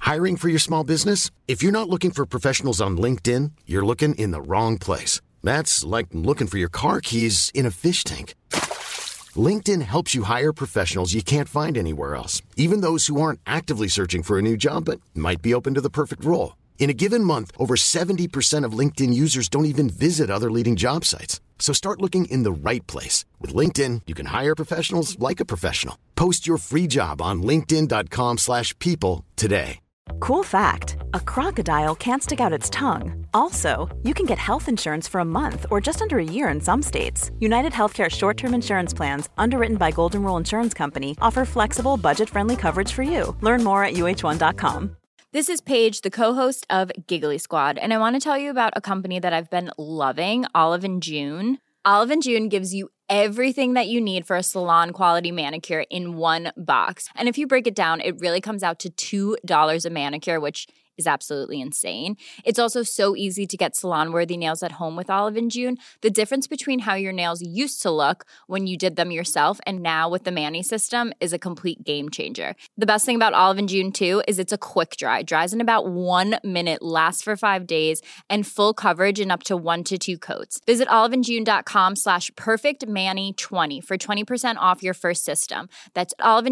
Hiring for your small business? If you're not looking for professionals on LinkedIn, you're looking in the wrong place. That's like looking for your car keys in a fish tank. LinkedIn helps you hire professionals you can't find anywhere else, even those who aren't actively searching for a new job but might be open to the perfect role. In a given month, over 70% of LinkedIn users don't even visit other leading job sites. So start looking in the right place. With LinkedIn, you can hire professionals like a professional. Post your free job on linkedin.com/people today. Cool fact, a crocodile can't stick out its tongue. Also, you can get health insurance for a month or just under a year in some states. United Healthcare short-term insurance plans, underwritten by Golden Rule Insurance Company, offer flexible, budget-friendly coverage for you. Learn more at uh1.com. This is Paige, the co-host of Giggly Squad, and I want to tell you about a company that I've been loving, Olive & June. Olive & June gives you everything that you need for a salon-quality manicure in one box. And if you break it down, it really comes out to $2 a manicure, which is absolutely insane. It's also so easy to get salon-worthy nails at home with Olive & June. The difference between how your nails used to look when you did them yourself and now with the Mani system is a complete game changer. The best thing about Olive & June, too, is it's a quick dry. Dries in about 1 minute, lasts for 5 days, and full coverage in up to 1 to 2 coats. Visit oliveandjune.com/perfectmani20 for 20% off your first system. That's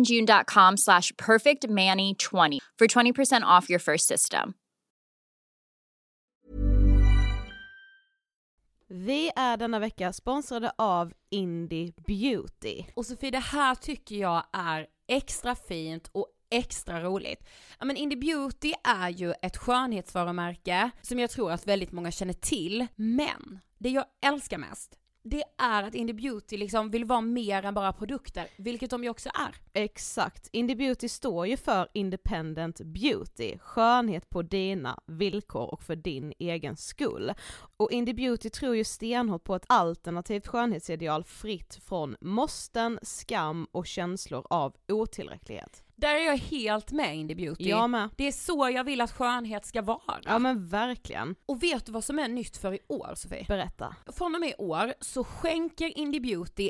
oliveandjune.com/perfectmani20 for 20% off your first system. Vi är denna vecka sponsrade av Indie Beauty. Och Sofie, det här tycker jag är extra fint och extra roligt. Ja, men Indie Beauty är ju ett skönhetsvarumärke som jag tror att väldigt många känner till. Men det jag älskar mest, det är att Indie Beauty liksom vill vara mer än bara produkter, vilket de ju också är. Exakt. Indie Beauty står ju för Independent Beauty, skönhet på dina villkor och för din egen skull. Och Indie Beauty tror ju stenhårt på ett alternativt skönhetsideal fritt från måsten, skam och känslor av otillräcklighet. Där är jag helt med Indie Beauty. Jag med. Det är så jag vill att skönhet ska vara. Ja men verkligen. Och vet du vad som är nytt för i år, Sofie? Berätta. Från och med i år så skänker Indie Beauty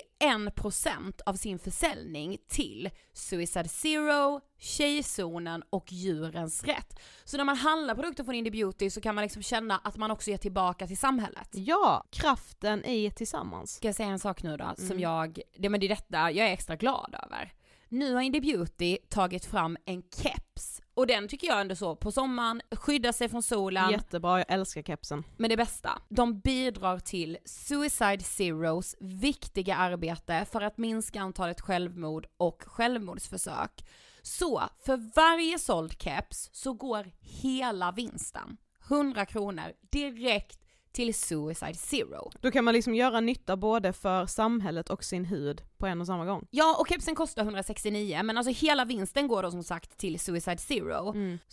1% av sin försäljning till Suicide Zero, Tjejzonen och Djurens Rätt. Så när man handlar produkter från Indie Beauty så kan man liksom känna att man också ger tillbaka till samhället. Ja, kraften i tillsammans. Ska jag säga en sak nu då som det är detta jag är extra glad över. Nu har Indie Beauty tagit fram en keps. Och den tycker jag ändå så på sommaren, skydda sig från solen. Jättebra, jag älskar kepsen. Men det bästa, de bidrar till Suicide Zeros viktiga arbete för att minska antalet självmord och självmordsförsök. Så för varje såld keps så går hela vinsten, 100 kronor, direkt till Suicide Zero. Då kan man liksom göra nytta både för samhället och sin hud på en och samma gång. Ja, och kepsen kostar 169, men alltså hela vinsten går då som sagt till Suicide Zero.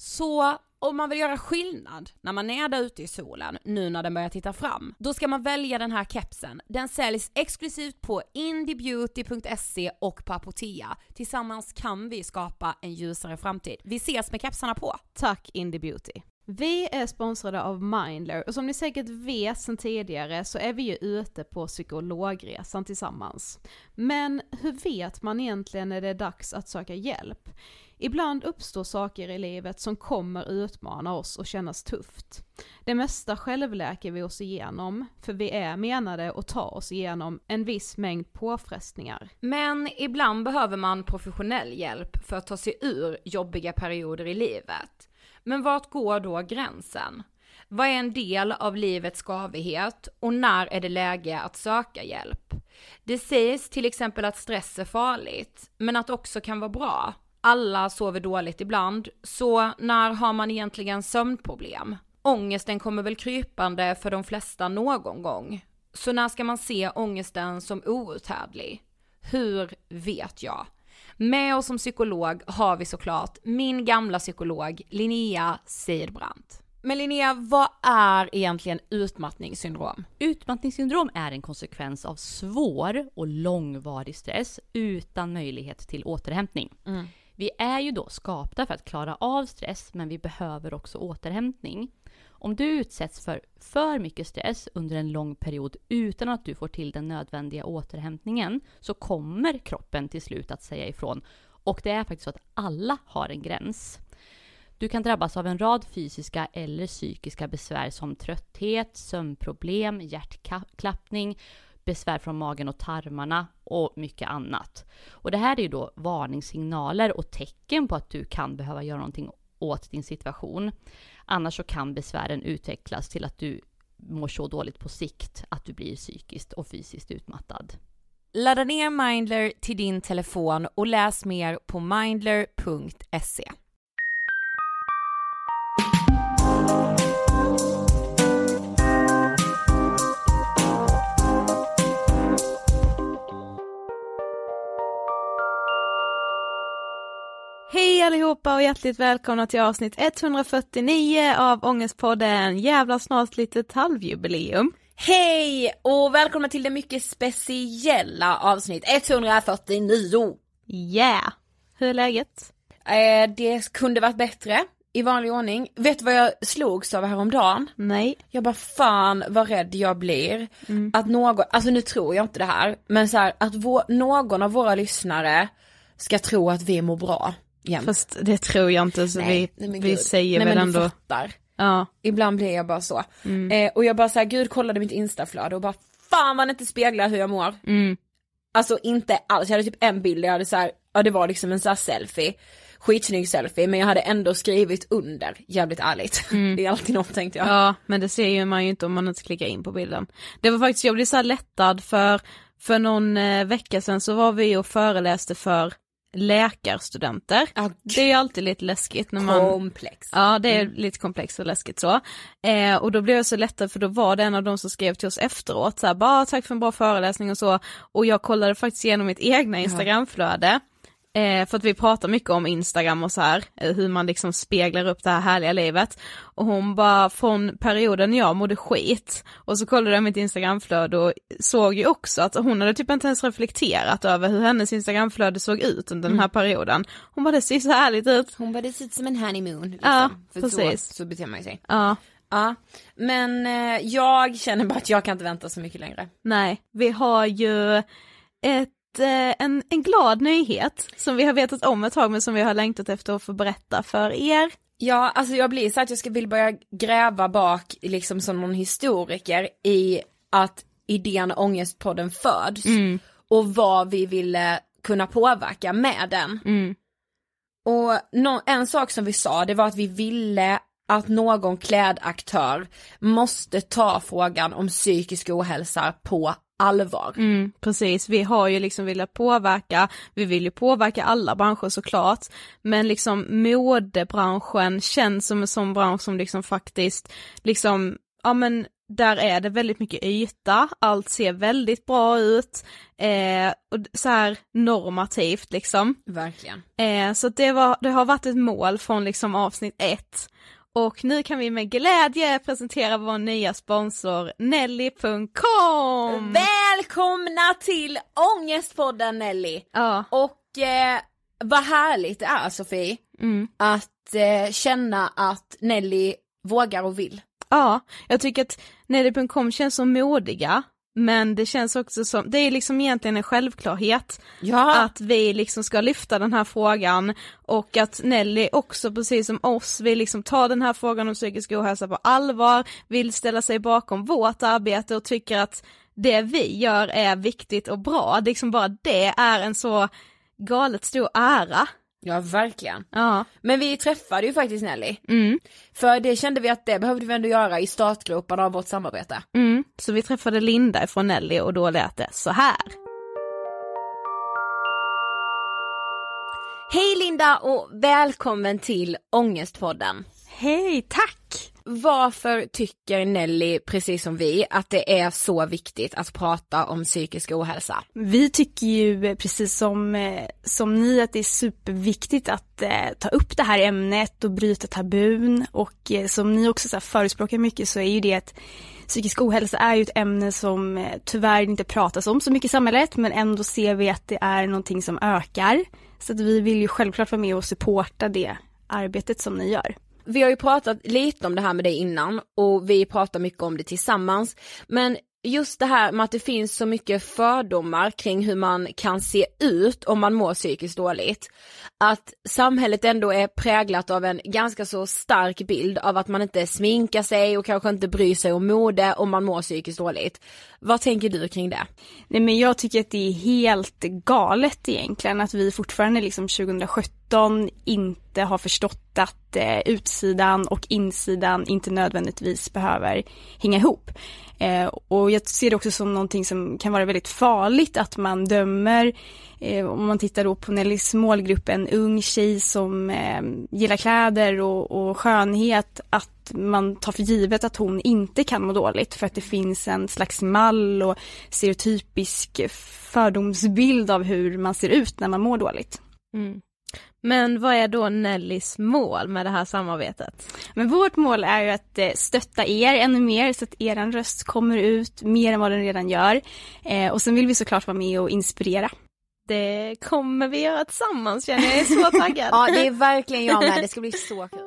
Så om man vill göra skillnad när man är där ute i solen, nu när den börjar titta fram, då ska man välja den här kepsen. Den säljs exklusivt på indiebeauty.se och på Apotea. Tillsammans kan vi skapa en ljusare framtid. Vi ses med kepsarna på. Tack Indie Beauty. Vi är sponsrade av Mindler och som ni säkert vet sedan tidigare så är vi ju ute på psykologresan tillsammans. Men hur vet man egentligen när det är dags att söka hjälp? Ibland uppstår saker i livet som kommer utmana oss och kännas tufft. Det mesta självläker vi oss igenom för vi är menade att ta oss igenom en viss mängd påfrestningar. Men ibland behöver man professionell hjälp för att ta sig ur jobbiga perioder i livet. Men vart går då gränsen? Vad är en del av livets skavighet och när är det läge att söka hjälp? Det sägs till exempel att stress är farligt, men att också kan vara bra. Alla sover dåligt ibland, så när har man egentligen sömnproblem? Ångesten kommer väl krypande för de flesta någon gång. Så när ska man se ångesten som outhärdlig? Hur vet jag? Med oss som psykolog har vi såklart min gamla psykolog Linnea Seidbrant. Men Linnea, vad är egentligen utmattningssyndrom? Utmattningssyndrom är en konsekvens av svår och långvarig stress utan möjlighet till återhämtning. Vi är ju då skapta för att klara av stress, men vi behöver också återhämtning. Om du utsätts för mycket stress under en lång period utan att du får till den nödvändiga återhämtningen så kommer kroppen till slut att säga ifrån. Och det är faktiskt så att alla har en gräns. Du kan drabbas av en rad fysiska eller psykiska besvär som trötthet, sömnproblem, hjärtklappning, besvär från magen och tarmarna och mycket annat. Och det här är ju då varningssignaler och tecken på att du kan behöva göra någonting åt din situation. Annars så kan besvären utvecklas till att du mår så dåligt på sikt att du blir psykiskt och fysiskt utmattad. Ladda ner Mindler till din telefon och läs mer på mindler.se. Hej allihopa och hjärtligt välkomna till avsnitt 149 av Ångestpodden. Jävla snart litet halvjubileum. Hej och välkomna till det mycket speciella avsnitt 149. Yeah! Hur är läget? Det kunde varit bättre i vanlig ordning. Vet du vad jag slogs av häromdagen? Nej. Jag bara fan vad rädd jag blir. Att någon, alltså nu tror jag inte det här, men så här, att någon av våra lyssnare ska tro att vi mår bra. Jämt. Fast det tror jag inte, så vi säger väl ändå. Fattar. Ja. Ibland blir jag bara så. Och jag bara så här, gud kollade mitt instaflöde och bara fan vad det inte speglar hur jag mår. Alltså inte alls, jag hade typ en bild, jag hade så här, ja det var liksom en så här selfie. Skitsnygg selfie, men jag hade ändå skrivit under, jävligt ärligt. Det är alltid något, tänkte jag. Ja, men det ser ju man ju inte om man inte klickar in på bilden. Det var faktiskt, jag blev så här lättad för någon vecka sedan så var vi och föreläste för läkarstudenter. Det är ju alltid lite läskigt när man... Komplex. Ja, det är lite komplext och läskigt så. Och då blev jag så lättad för då var det en av de som skrev till oss efteråt så här, bara tack för en bra föreläsning och så. Och jag kollade faktiskt igenom mitt egna Instagramflöde. För att vi pratar mycket om Instagram och så här, hur man liksom speglar upp det här härliga livet. Och hon bara, från perioden jag mådde skit, och så kollade jag mitt Instagramflöde och såg ju också att hon hade typ inte ens reflekterat över hur hennes Instagramflöde såg ut under den här perioden. Hon bara, det ser så härligt ut. Hon bara, det ser ut som en honeymoon. Liksom. Ja, för precis. så beter man sig. Ja. Ja, men jag känner bara att jag kan inte vänta så mycket längre. Nej, vi har ju en glad nyhet som vi har vetat om ett tag men som vi har längtat efter att få berätta för er. Ja, alltså jag blir så att jag vill börja gräva bak liksom som någon historiker i att idén Ångestpodden föds och vad vi ville kunna påverka med den. Och en sak som vi sa, det var att vi ville att någon klädaktör måste ta frågan om psykisk ohälsa på allvar. Precis, vi har ju liksom velat påverka, vi vill ju påverka alla branscher såklart, men liksom modebranschen känns som en sån bransch som liksom faktiskt liksom, ja men där är det väldigt mycket yta, allt ser väldigt bra ut och så här normativt liksom. Verkligen. Så det har varit ett mål från liksom avsnitt 1. Och nu kan vi med glädje presentera vår nya sponsor Nelly.com. Välkomna till Ångestpodden, Nelly. Ja. Och vad härligt det är, Sofie, att känna att Nelly vågar och vill. Ja, jag tycker att Nelly.com känns så modiga. Men det känns också som, det är liksom egentligen en självklarhet att vi liksom ska lyfta den här frågan, och att Nelly också precis som oss vill liksom ta den här frågan om psykisk ohälsa på allvar, vill ställa sig bakom vårt arbete och tycker att det vi gör är viktigt och bra. Liksom bara det är en så galet stor ära. Ja, verkligen. Ja. Men vi träffade ju faktiskt Nelly. För det kände vi att det behövde vi ändå göra i startgroparna av vårt samarbete. Så vi träffade Linda från Nelly och då lät det så här. Hej Linda och välkommen till Ångestpodden. Hej, tack! Varför tycker Nelly, precis som vi, att det är så viktigt att prata om psykisk ohälsa? Vi tycker ju precis som ni att det är superviktigt att ta upp det här ämnet och bryta tabun, och som ni också så här förespråkar mycket, så är ju det att psykisk ohälsa är ju ett ämne som tyvärr inte pratas om så mycket i samhället, men ändå ser vi att det är någonting som ökar. Så att vi vill ju självklart vara med och supporta det arbetet som ni gör. Vi har ju pratat lite om det här med dig innan och vi pratar mycket om det tillsammans. Men just det här med att det finns så mycket fördomar kring hur man kan se ut om man mår psykiskt dåligt. Att samhället ändå är präglat av en ganska så stark bild av att man inte sminkar sig och kanske inte bryr sig om mode om man mår psykiskt dåligt. Vad tänker du kring det? Nej, men jag tycker att det är helt galet egentligen att vi fortfarande liksom 2017 inte har förstått att utsidan och insidan inte nödvändigtvis behöver hänga ihop. Och jag ser det också som någonting som kan vara väldigt farligt att man dömer, om man tittar då på Nellys målgrupp, en ung tjej som gillar kläder och skönhet, att man tar för givet att hon inte kan må dåligt för att det finns en slags mall och stereotypisk fördomsbild av hur man ser ut när man mår dåligt. Mm. Men vad är då Nellys mål med det här samarbetet? Men vårt mål är ju att stötta er ännu mer så att er röst kommer ut mer än vad den redan gör. Och sen vill vi såklart vara med och inspirera. Det kommer vi göra tillsammans, känner jag är så taggad. Ja, det är verkligen jag med. Det ska bli så kul.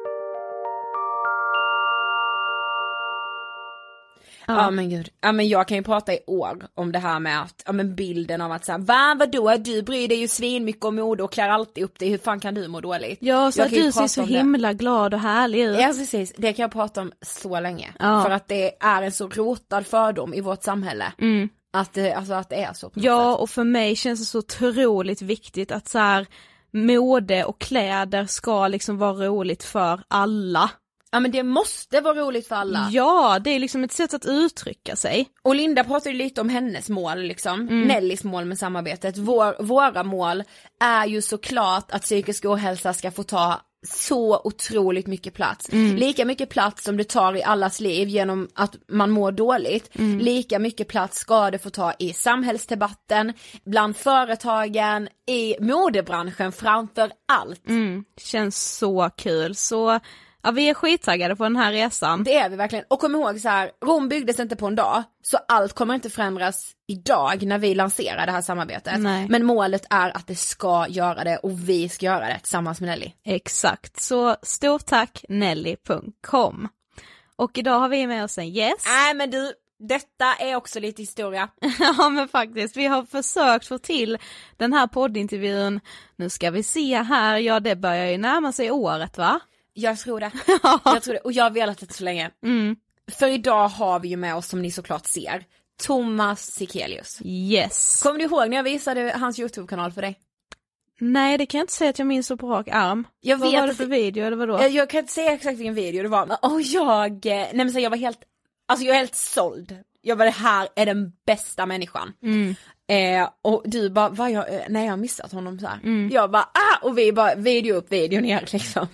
Ja men gud, ja men jag kan ju prata i år om det här med att, ja men bilden av att såhär, vadå, du bryr dig ju svin mycket om mode och klär alltid upp dig, hur fan kan du må dåligt? Ja, så att du ser så himla glad och härlig ut. Ja precis, det kan jag prata om så länge, för att det är en så rotad fördom i vårt samhälle. Att det är så. Ja, och för mig känns det så otroligt viktigt att så här, mode och kläder ska liksom vara roligt för alla. Ja men det måste vara roligt för alla. Ja, det är liksom ett sätt att uttrycka sig. Och Linda pratade ju lite om hennes mål liksom, Nellys mål med samarbetet. Våra mål är ju såklart att psykisk ohälsa ska få ta så otroligt mycket plats. Lika mycket plats som det tar i allas liv genom att man mår dåligt. Lika mycket plats ska det få ta i samhällsdebatten, bland företagen, i modebranschen framför allt. Känns så kul. Så ja, vi är skittaggade på den här resan. Det är vi verkligen. Och kom ihåg så här, Rom byggdes inte på en dag. Så allt kommer inte förändras idag när vi lanserar det här samarbetet. Nej. Men målet är att det ska göra det och vi ska göra det tillsammans med Nelly. Exakt. Så stort tack Nelly.com. Och idag har vi med oss en gäst. Nej men du, detta är också lite historia. Ja men faktiskt, vi har försökt få till den här poddintervjun. Nu ska vi se här, ja det börjar ju närma sig året va? Jag tror det. Och jag har velat det så länge. För idag har vi ju med oss, som ni såklart ser, Thomas Sikelius. Yes. Kommer du ihåg när jag visade hans YouTube-kanal för dig? Nej, det kan jag inte säga att jag minns så på rak arm. Vad var det för video eller vadå? Jag kan inte säga exakt vilken video det var. Och jag var helt, alltså jag är helt såld. Jag var, det här är den bästa människan. Och du bara, jag har missat honom så här. Jag bara, och vi bara video upp video ner liksom.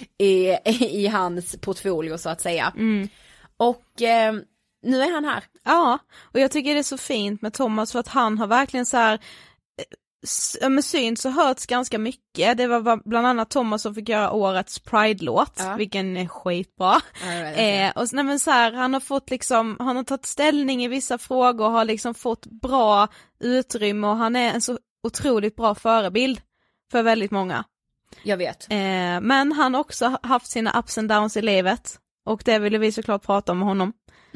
I hans portfolio så att säga. Och nu är han här. Ja, och jag tycker det är så fint med Thomas för att han har verkligen så här med syns och hörts ganska mycket. Det var bland annat Thomas som fick göra årets Pride-låt, vilken är skitbra. Och men så här, han har fått liksom, han har tagit ställning i vissa frågor och har liksom fått bra utrymme och han är en så otroligt bra förebild för väldigt många. Jag vet. Men han har också haft sina ups and downs i livet och det ville vi såklart prata om med honom.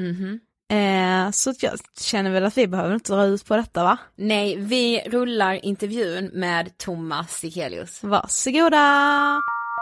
Så jag känner väl att vi behöver inte dra ut på detta va? Nej, vi rullar intervjun med Thomas Sikelius. Varsågoda!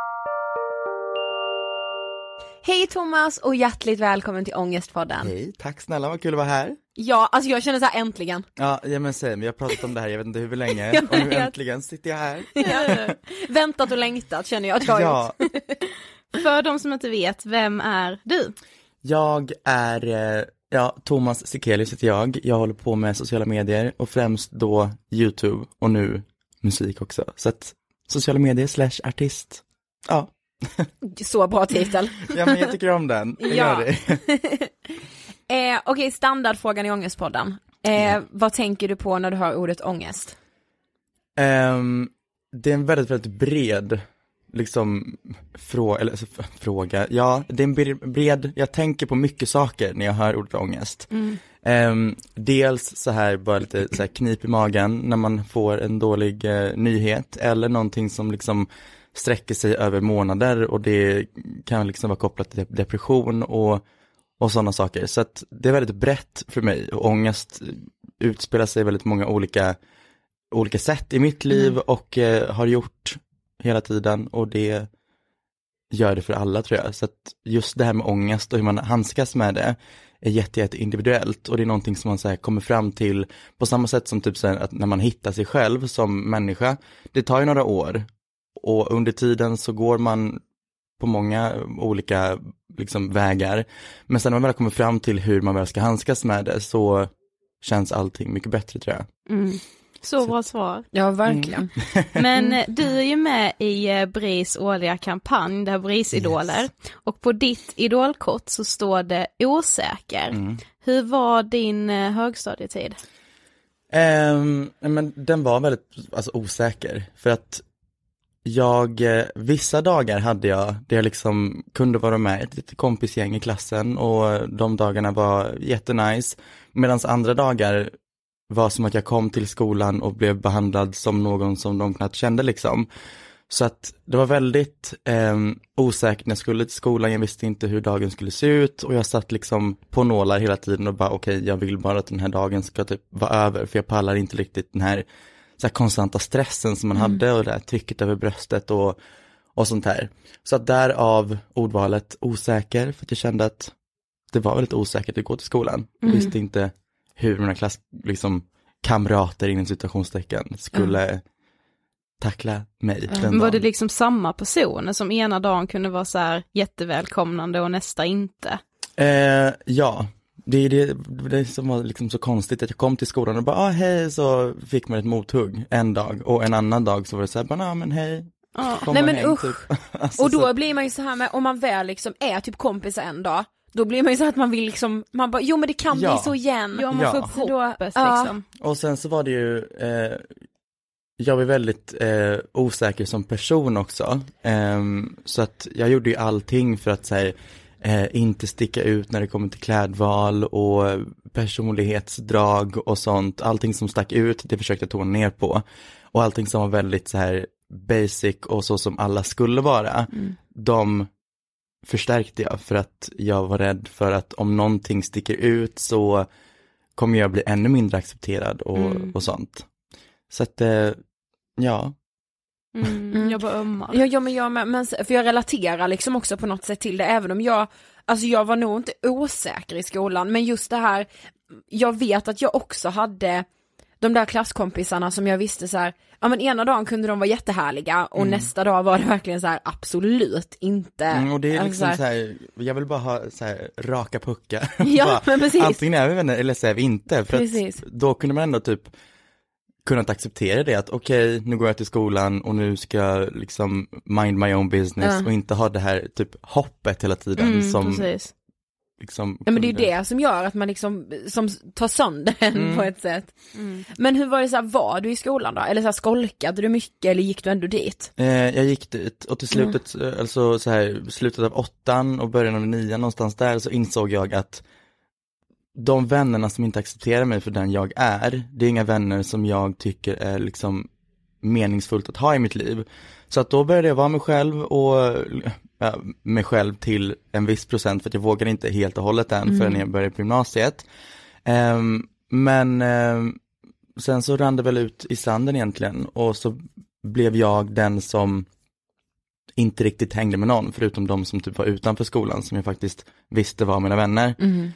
Hej Thomas och hjärtligt välkommen till Ångestpodden. Hej, tack snälla, vad kul att vara här. Ja, alltså jag känner så här äntligen. Ja men säg, vi har pratat om det här, jag vet inte hur länge. Och nu äntligen sitter jag här. Väntat och längtat känner jag att jag har gjort. För de som inte vet, vem är du? Jag är Thomas Sikelius heter jag. Jag håller på med sociala medier och främst då YouTube och nu musik också. Så att sociala medier / artist. Ja. Så bra titel. Ja men jag tycker om den. Jag gör det. Okej, standardfrågan i Ångestpodden. Vad tänker du på när du hör ordet ångest? Det är en väldigt, väldigt bred liksom fråga. Ja, det är en bred, jag tänker på mycket saker när jag hör ordet ångest. Dels så här bara lite så här knip i magen när man får en dålig nyhet eller någonting som liksom sträcker sig över månader och det kan liksom vara kopplat till depression och och sådana saker. Så att det är väldigt brett för mig, och ångest utspelar sig väldigt många olika sätt i mitt liv och har gjort hela tiden, och det gör det för alla, tror jag. Så att just det här med ångest och hur man handskas med det är jätte individuellt, och det är någonting som man så här kommer fram till på samma sätt som typ så här, att när man hittar sig själv som människa, det tar ju några år, och under tiden så går man på många olika liksom vägar, men sen när man väl kommer fram till hur man väl ska handskas med det, så känns allting mycket bättre, tror jag. Så bra svar. Ja, verkligen. Men du är ju med i BRIS årliga kampanj, det här BRIS-idoler. Yes. Och på ditt idolkort så står det osäker. Hur var din högstadietid? Men den var väldigt osäker. För att vissa dagar hade jag, där jag liksom kunde vara med ett litet kompisgäng i klassen, och de dagarna var jättenice. Medan andra dagar var som att jag kom till skolan och blev behandlad som någon som de knappt kände liksom. Så att det var väldigt osäkert när jag skulle till skolan. Jag visste inte hur dagen skulle se ut, och jag satt liksom på nålar hela tiden och bara okej, jag vill bara att den här dagen ska typ vara över, för jag pallar inte riktigt den här, så här konstanta stressen som man hade, och det här trycket över bröstet och sånt här. Så att därav ordvalet osäker, för att jag kände att det var väldigt osäkert att gå till skolan. Jag visste inte hur mina kamrater inom situationstecken skulle tackla mig. Men var det liksom samma personer som ena dagen kunde vara så här jättevälkomnande och nästa inte? Ja, det är det som var liksom så konstigt, att jag kom till skolan och bara hej, så fick man ett mothugg en dag, och en annan dag så var det så här bara men hej. Nej men usch. Typ. Och då blir man ju så här med, om man väl liksom är typ kompisar en dag, då blir man ju så att man vill liksom, man bara, jo men det kan bli så igen. Ja, man får upp hoppet liksom. Och sen så var det ju, jag var väldigt osäker som person också. Så att jag gjorde ju allting för att så här, inte sticka ut när det kommer till klädval och personlighetsdrag och sånt. Allting som stack ut, det försökte jag tona ner på. Och allting som var väldigt så här basic och så som alla skulle vara, de förstärkte jag, för att jag var rädd för att om någonting sticker ut så kommer jag bli ännu mindre accepterad och sånt. Så att, ja. Jag bara ömmar. Ja, men jag med, men för jag relaterar liksom också på något sätt till det, även om jag var nog inte osäker i skolan, men just det här, jag vet att jag också hade de där klasskompisarna som jag visste så här, ja men ena dagen kunde de vara jättehärliga och nästa dag var det verkligen så här absolut inte. Och det är liksom så här, jag vill bara ha så här raka puckar. Ja, men precis. Antingen är vi vänner eller så är vi inte, för precis. Att då kunde man ändå typ kunnat acceptera det, att okej, nu går jag till skolan och nu ska jag liksom mind my own business och inte ha det här typ hoppet hela tiden som precis. Liksom ja, men det är ju det som gör att man liksom som tar sönder en på ett sätt. Men hur var det så här, var du i skolan då? Eller så här, skolkade du mycket eller gick du ändå dit? Jag gick dit, och till slutet, alltså så här, slutet av 8:an och början av 9:an någonstans där, så insåg jag att de vännerna som inte accepterar mig för den jag är, det är inga vänner som jag tycker är liksom meningsfullt att ha i mitt liv. Så att då började jag vara mig själv, och mig själv till en viss procent, för att jag vågade inte helt och hållet än förrän jag började på gymnasiet. Men sen så rann det väl ut i sanden egentligen, och så blev jag den som inte riktigt hängde med någon, förutom de som typ var utanför skolan, som jag faktiskt visste var mina vänner.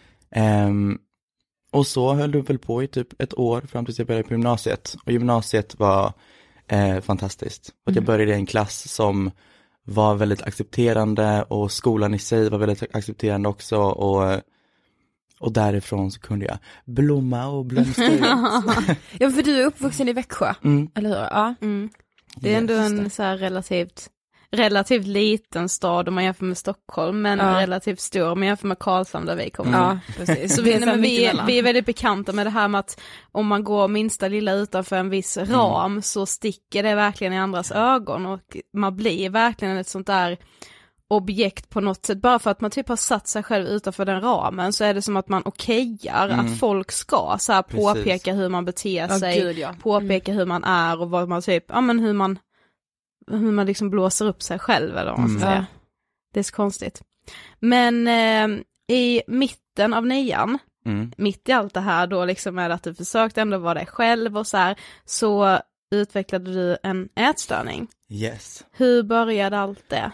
Och så höll det väl på i typ ett år fram tills jag började på gymnasiet. Och gymnasiet var fantastiskt. För att jag började i en klass som var väldigt accepterande, och skolan i sig var väldigt accepterande också, och därifrån så kunde jag blomma och blomstra ut. Ja, för du är uppvuxen i Växjö, eller hur? Ja. Det är ändå en så här relativt liten stad om man jämför med Stockholm, men relativt stor om man jämför med Karlshamn där vi kommer. Ja, precis. Så vi är väldigt bekanta med det här med att om man går minsta lilla utanför en viss ram så sticker det verkligen i andras ögon, och man blir verkligen ett sånt där objekt på något sätt. Bara för att man typ har satt sig själv utanför den ramen, så är det som att man okejar att folk ska så här påpeka hur man beter sig, påpeka hur man är och vad man typ, ja men hur man liksom blåser upp sig själv eller vad man ska säga. Det är så konstigt. Men i mitten av 9:an, mitt i allt det här då liksom med att du försökte ändå vara dig själv och så utvecklade du en ätstörning. Yes. Hur började allt det?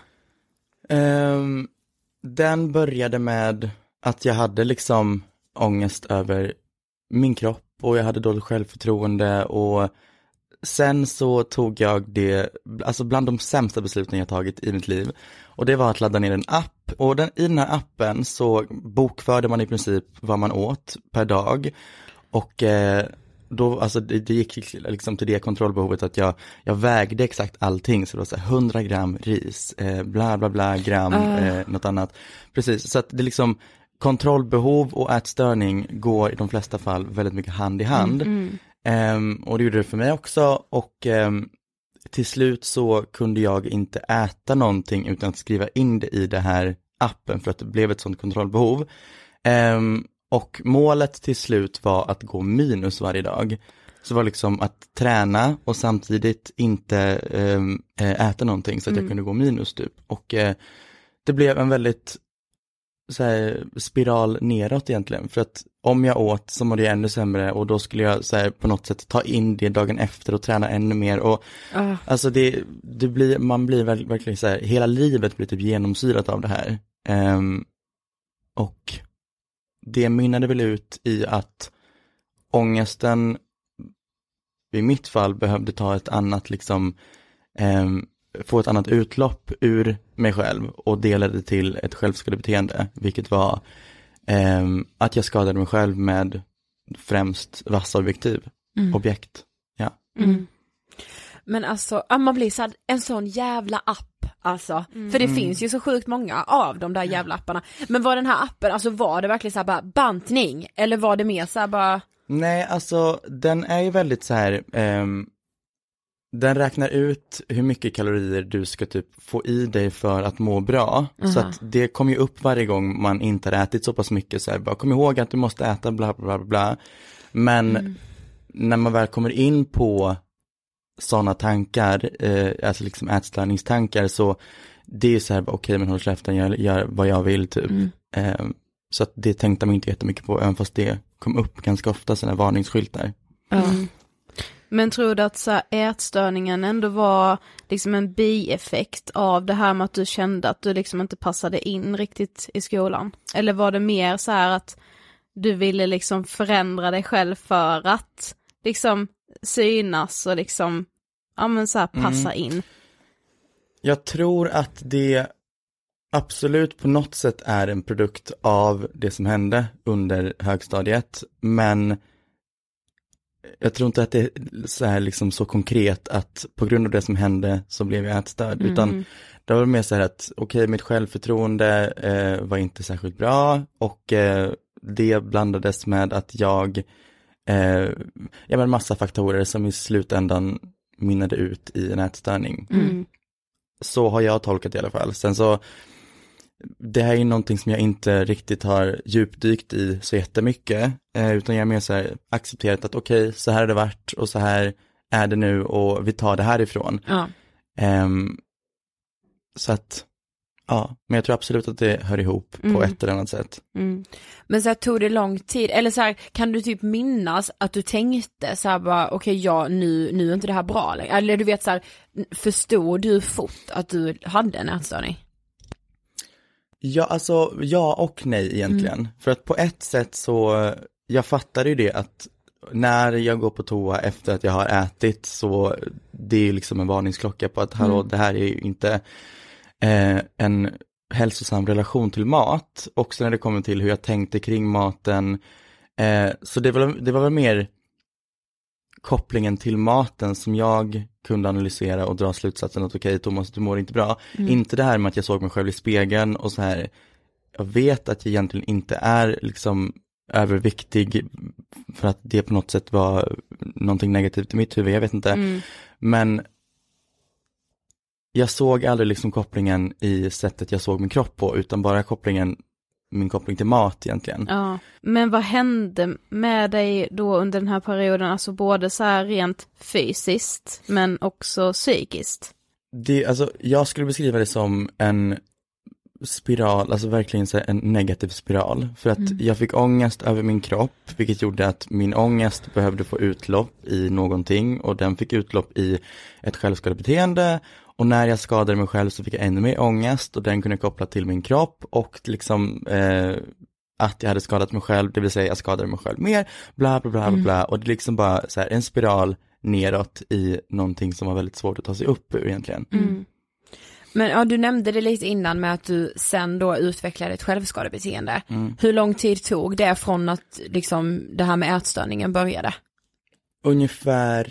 Den började med att jag hade liksom ångest över min kropp och jag hade dåligt självförtroende, och sen så tog jag det, alltså bland de sämsta besluten jag tagit i mitt liv, och det var att ladda ner en app, och i den här appen så bokförde man i princip vad man åt per dag, och då, alltså det gick liksom till det kontrollbehovet att jag vägde exakt allting, så det var så här 100 gram ris, bla bla bla gram, något annat, precis, så att det liksom kontrollbehov och ätstörning går i de flesta fall väldigt mycket hand i hand. Och det gjorde det för mig också, och till slut så kunde jag inte äta någonting utan att skriva in det i det här appen, för att det blev ett sånt kontrollbehov. Och målet till slut var att gå minus varje dag. Så det var liksom att träna och samtidigt inte äta någonting, så att jag kunde gå minus typ. Och det blev en väldigt så här, spiral neråt egentligen, för att om jag åt så mådde jag ännu sämre, och då skulle jag så här, på något sätt ta in det dagen efter och träna ännu mer, och alltså det blir, man blir verkligen så här, hela livet blir typ genomsyrat av det här, och det mynnade väl ut i att ångesten i mitt fall behövde ta ett annat liksom få ett annat utlopp ur mig själv, och det ledde till ett självskadebeteende, vilket var att jag skadade mig själv med främst vassa objekt. Ja. Men alltså, man blir så här, en sån jävla app alltså, för det finns ju så sjukt många av de där jävla apparna. Men var den här appen, alltså var det verkligen så här bara bantning, eller var det mer så här bara? Nej, alltså den är ju väldigt så här den räknar ut hur mycket kalorier du ska typ få i dig för att må bra. Så att det kommer ju upp varje gång man inte har ätit så pass mycket. Så här, bara kom ihåg att du måste äta bla bla bla. Men när man väl kommer in på sådana tankar, alltså liksom ätstörningstankar, så det är så här, okej, men håll käften, jag gör vad jag vill typ. Så att det tänkte man inte jättemycket på, även fast det kom upp ganska ofta sådana varningsskyltar. Men tror du att så här, ätstörningen ändå var liksom en bieffekt av det här med att du kände att du liksom inte passade in riktigt i skolan? Eller var det mer så här att du ville liksom förändra dig själv för att liksom synas och liksom så här, passa in? Jag tror att det absolut på något sätt är en produkt av det som hände under högstadiet, men jag tror inte att det är så här liksom så konkret att på grund av det som hände så blev jag ätstörd, utan det var mer så här att okej, mitt självförtroende var inte särskilt bra, och det blandades med att jag men massa faktorer som i slutändan mynnade ut i en ätstörning. Så har jag tolkat i alla fall. Sen så, det här är någonting som jag inte riktigt har djupdykt i så jättemycket, utan jag är mer så här accepterat att okej, så här har det varit och så här är det nu, och vi tar det härifrån. Så att men jag tror absolut att det hör ihop på ett eller annat sätt. Men så här, tog det lång tid, eller så här, kan du typ minnas att du tänkte så här bara, okej, nu är inte det här bra längre, eller du vet så här, förstod du fort att du hade en ätstörning? Ja, alltså ja och nej egentligen. För att på ett sätt så, jag fattade ju det att när jag går på toa efter att jag har ätit, så det är liksom en varningsklocka på att hallå, det här är ju inte en hälsosam relation till mat. Också när det kommer till hur jag tänkte kring maten. Så det var väl mer kopplingen till maten som jag kunde analysera och dra slutsatsen att okej, Thomas, du mår inte bra. Inte det här med att jag såg mig själv i spegeln och så här, jag vet att jag egentligen inte är liksom överviktig för att det på något sätt var någonting negativt i mitt huvud, jag vet inte. Men jag såg aldrig liksom kopplingen i sättet jag såg min kropp på, utan bara min koppling till mat egentligen. Ja, men vad hände med dig då under den här perioden, alltså både så här rent fysiskt men också psykiskt? Alltså jag skulle beskriva det som en spiral, alltså verkligen så en negativ spiral. För att jag fick ångest över min kropp, vilket gjorde att min ångest behövde få utlopp i någonting. Och den fick utlopp i ett självskadebeteende. Och när jag skadade mig själv så fick jag ännu mer ångest. Och den kunde koppla till min kropp och liksom att jag hade skadat mig själv. Det vill säga jag skadade mig själv mer, bla bla bla bla. Och det är liksom bara så här, en spiral neråt i någonting som var väldigt svårt att ta sig upp ur egentligen. Men ja, du nämnde det lite innan med att du sen då utvecklade ett självskadebeteende. Hur lång tid tog det från att liksom det här med ätstörningen började? Ungefär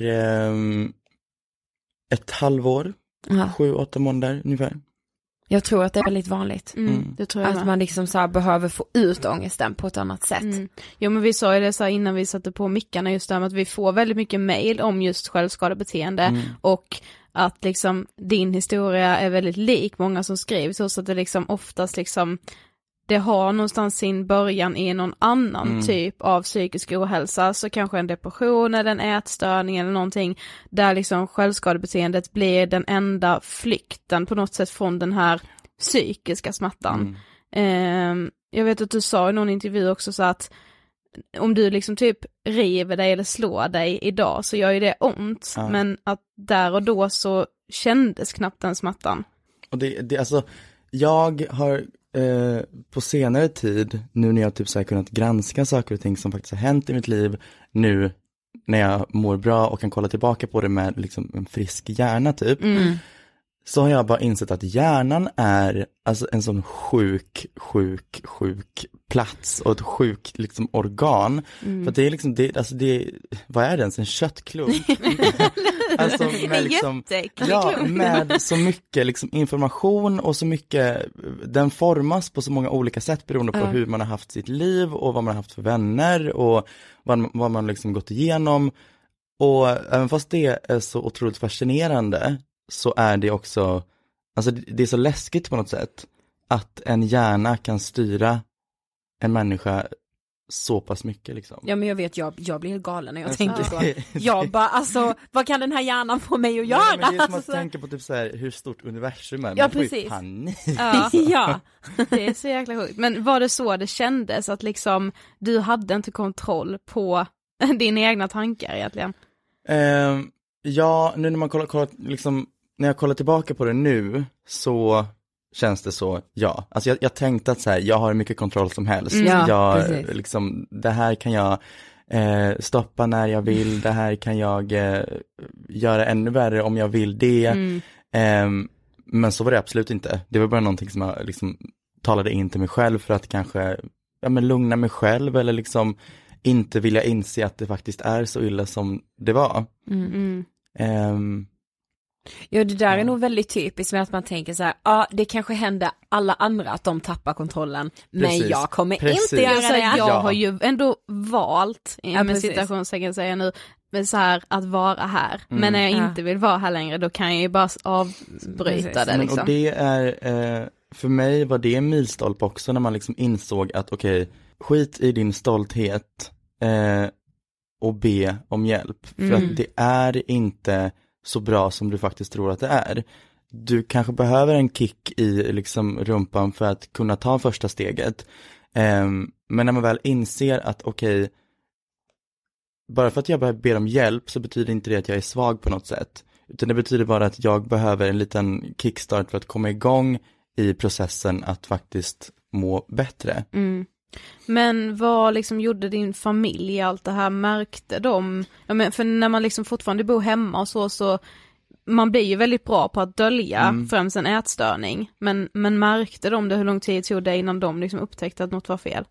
ett halvår, 7-8 månader ungefär. Jag tror att det är väldigt vanligt. Det tror jag att man liksom så här behöver få ut ångesten på ett annat sätt. Jo, men vi sa ju det så här innan vi satte på mickarna, just det här med att vi får väldigt mycket mejl om just självskadebeteende och att liksom din historia är väldigt lik många som skriver, så att det liksom oftast liksom det har någonstans sin början i någon annan typ av psykisk ohälsa, så kanske en depression eller en ätstörning eller någonting, där liksom självskadebeteendet blir den enda flykten på något sätt från den här psykiska smärtan. Jag vet att du sa i någon intervju också så att om du liksom typ river dig eller slår dig idag så gör ju det ont, men att där och då så kändes knappt den smärtan. Och det alltså, jag har på senare tid, nu när jag typ så här kunnat granska saker och ting som faktiskt har hänt i mitt liv, nu när jag mår bra och kan kolla tillbaka på det med liksom en frisk hjärna typ, så har jag bara insett att hjärnan är alltså en sån sjuk plats och ett sjukt liksom organ. För det är liksom, vad är det ens? En köttklump? Alltså med liksom, med så mycket liksom information och så mycket, den formas på så många olika sätt beroende på hur man har haft sitt liv och vad man har haft för vänner och vad man liksom gått igenom. Och även fast det är så otroligt fascinerande, så är det också, alltså det är så läskigt på något sätt att en hjärna kan styra en människa så pass mycket liksom. Ja, men jag vet, jag blir galen när jag tänker så. Jag bara, alltså, vad kan den här hjärnan få mig att göra? Ja, men det är som att tänka på typ så här, hur stort universum är. Ja, precis. Ja, det är så jäkla sjukt. Men var det så det kändes att liksom du hade inte kontroll på dina egna tankar egentligen? Ja, nu när man kollar liksom, när jag kollar tillbaka på det nu så känns det så, ja. Alltså jag tänkte att så här, jag har mycket kontroll som helst. Liksom, det här kan jag stoppa när jag vill, det här kan jag göra ännu värre om jag vill det. Men så var det absolut inte. Det var bara någonting som jag liksom talade in till mig själv för att kanske lugna mig själv eller liksom inte vilja inse att det faktiskt är så illa som det var. Ja, det där är nog väldigt typiskt med att man tänker så här, det kanske händer alla andra att de tappar kontrollen, men jag kommer inte göra det. Jag har ju ändå valt, med citationstecken säger nu, med så här att vara här. Men när jag inte vill vara här längre, då kan jag ju bara avbryta det liksom. Och det är, för mig var det en milstolpe också när man liksom insåg att okej, skit i din stolthet och be om hjälp. För att det är inte så bra som du faktiskt tror att det är. Du kanske behöver en kick i liksom rumpan för att kunna ta första steget. Men när man väl inser att okej, bara för att jag ber om hjälp så betyder inte det att jag är svag på något sätt. Utan det betyder bara att jag behöver en liten kickstart för att komma igång i processen att faktiskt må bättre. Men vad liksom gjorde din familj allt det här? Märkte de? För när man liksom fortfarande bor hemma och så man blir ju väldigt bra på att dölja främst en ätstörning. Men märkte de det? Hur lång tid tog det innan de liksom upptäckte att något var fel?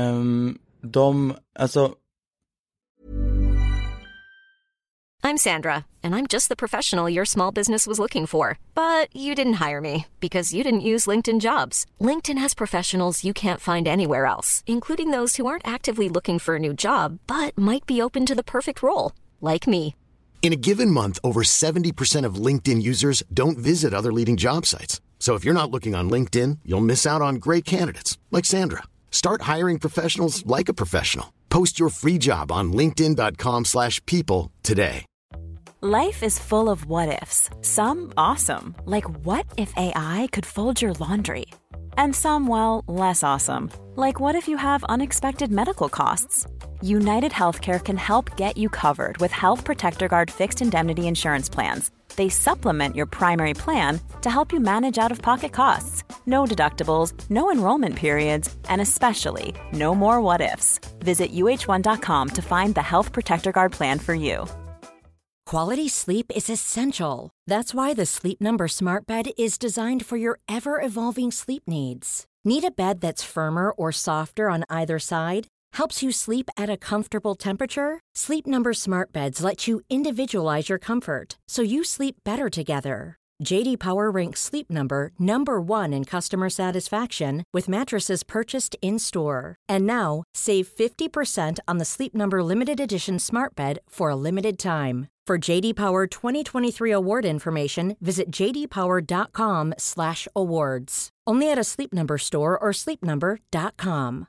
I'm Sandra, and I'm just the professional your small business was looking for. But you didn't hire me because you didn't use LinkedIn Jobs. LinkedIn has professionals you can't find anywhere else, including those who aren't actively looking for a new job, but might be open to the perfect role, like me. In a given month, over 70% of LinkedIn users don't visit other leading job sites. So if you're not looking on LinkedIn, you'll miss out on great candidates, like Sandra. Start hiring professionals like a professional. Post your free job on linkedin.com/people today. Life is full of what-ifs. Some awesome, like what if AI could fold your laundry? And some, well, less awesome, like what if you have unexpected medical costs? United Healthcare can help get you covered with Health Protector Guard fixed indemnity insurance plans. They supplement your primary plan to help you manage out-of-pocket costs. No deductibles, no enrollment periods, and especially no more what-ifs. Visit uh1.com to find the Health Protector Guard plan for you. Quality sleep is essential. That's why the Sleep Number Smart Bed is designed for your ever-evolving sleep needs. Need a bed that's firmer or softer on either side? Helps you sleep at a comfortable temperature? Sleep Number Smart Beds let you individualize your comfort, so you sleep better together. J.D. Power ranks Sleep Number #1 in customer satisfaction with mattresses purchased in-store. And now, save 50% on the Sleep Number Limited Edition Smart Bed for a limited time. For J.D. Power 2023 award information, visit jdpower.com/awards. Only at a Sleep Number store or sleepnumber.com.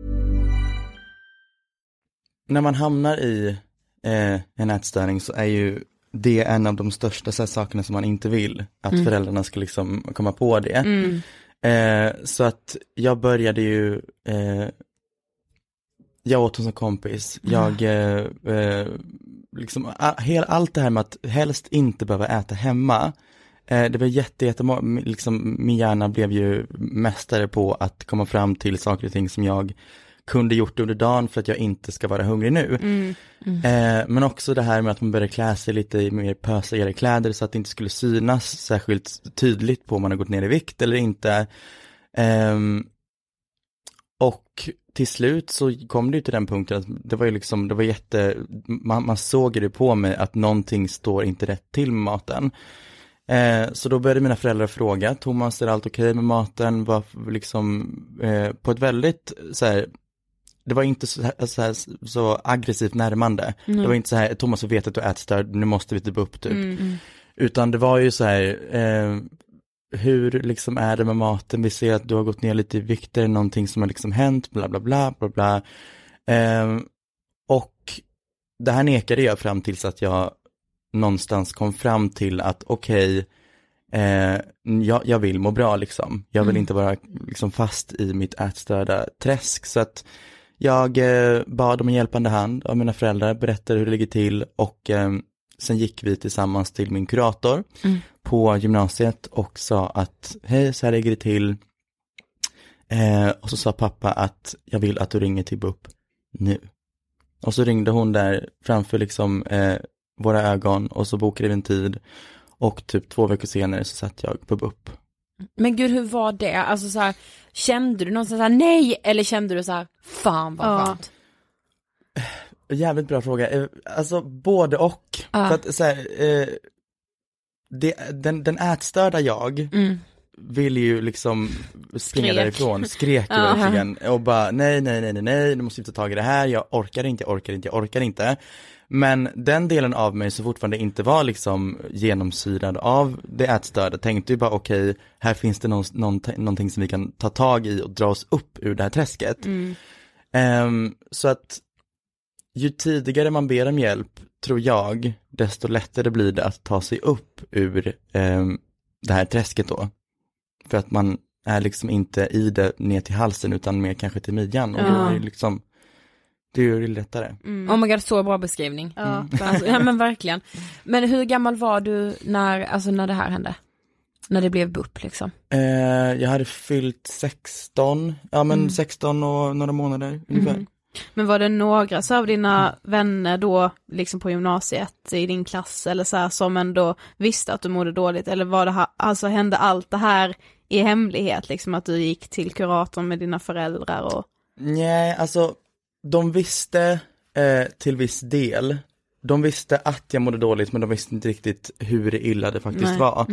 När man hamnar i en ätstörning så är ju det en av de största så här, sakerna som man inte vill. Att föräldrarna ska liksom komma på det. Så att jag började ju, jag åt hos en kompis. Jag, liksom, allt det här med att helst inte behöva äta hemma. Det var liksom, min hjärna blev ju mästare på att komma fram till saker och ting som jag kunde gjort under dagen för att jag inte ska vara hungrig nu. Men också det här med att man börjar klä sig lite mer pösigare kläder så att det inte skulle synas särskilt tydligt på om man har gått ner i vikt eller inte. Och till slut så kom det ju till den punkten att det var ju liksom, det var man såg det på mig att någonting står inte rätt till med maten. Så då började mina föräldrar fråga, Thomas, är allt okej med maten? Var liksom på ett väldigt så här, det var inte så aggressivt närmande. Det var inte så här, Thomas, vet att du äter störd, nu måste vi typ upp typ. Utan det var ju så här, hur liksom är det med maten? Vi ser att du har gått ner lite i vikt, är det någonting som har liksom hänt, bla bla bla bla bla. Och det här nekade jag fram tills att jag någonstans kom fram till att jag vill må bra liksom. Jag vill inte vara liksom fast i mitt ätstörda träsk, så att jag bad om en hjälpande hand av mina föräldrar, berättade hur det ligger till och sen gick vi tillsammans till min kurator på gymnasiet och sa att hej, så här ligger det till. Och så sa pappa att jag vill att du ringer till BUP nu. Och så ringde hon där framför liksom våra ögon och så bokade vi en tid och typ 2 veckor senare så satt jag på BUP. Men gud, hur var det? Alltså så här, kände du någonstans så här, nej, eller kände du så här, fan vad skönt? Jävligt bra fråga. Alltså både och. För att så här, den ätstörda jag vill ju liksom springa därifrån, skrek verkligen och bara nej, nu måste vi ta tag i det här, jag orkar inte. Men den delen av mig som fortfarande inte var liksom genomsyrad av det ätstörda tänkte ju bara okej, här finns det någonting som vi kan ta tag i och dra oss upp ur det här träsket. Så att ju tidigare man ber om hjälp, tror jag, desto lättare blir det att ta sig upp ur det här träsket då. För att man är liksom inte i det ner till halsen utan mer kanske till midjan. Och då är det liksom, det är ju lättare. Oh my god, så bra beskrivning. Ja, men verkligen. Men hur gammal var du när det här hände? När det blev BUP liksom? Jag hade fyllt 16. Ja men 16 och några månader ungefär. Men var det några så av dina vänner då liksom på gymnasiet i din klass eller så här, som ändå visste att du mådde dåligt, eller var det alltså hände allt det här i hemlighet liksom, att du gick till kuratorn med dina föräldrar och... Nej, alltså de visste till viss del. De visste att jag mådde dåligt, men de visste inte riktigt hur illa det faktiskt var.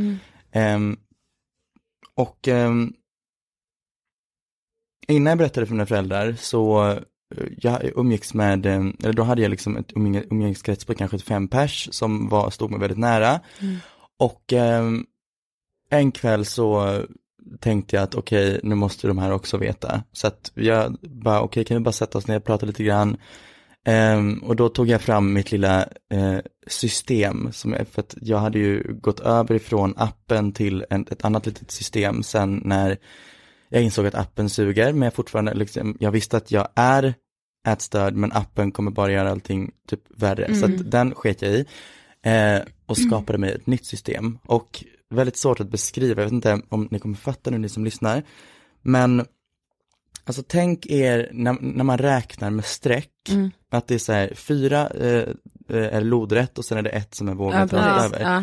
Innan jag berättade för mina föräldrar så jag umgicks med, eller då hade jag liksom ett umgängeskrets på kanske 5 pers som stod mig väldigt nära. Och en kväll så tänkte jag att okej, nu måste de här också veta. Så att jag bara, okej, kan vi bara sätta oss ner och prata lite grann. Och då tog jag fram mitt lilla system, för att jag hade ju gått över ifrån appen till ett annat litet system sen när jag insåg att appen suger, men jag visste att jag är ätstörd, men appen kommer bara göra allting typ värre. Så att den sket jag i och skapade mig ett nytt system. Och väldigt svårt att beskriva, jag vet inte om ni kommer fatta nu, ni som lyssnar. Men alltså tänk er när man räknar med streck, att det är så här 4 är lodrätt och sen är det 1 som är vågrätt över.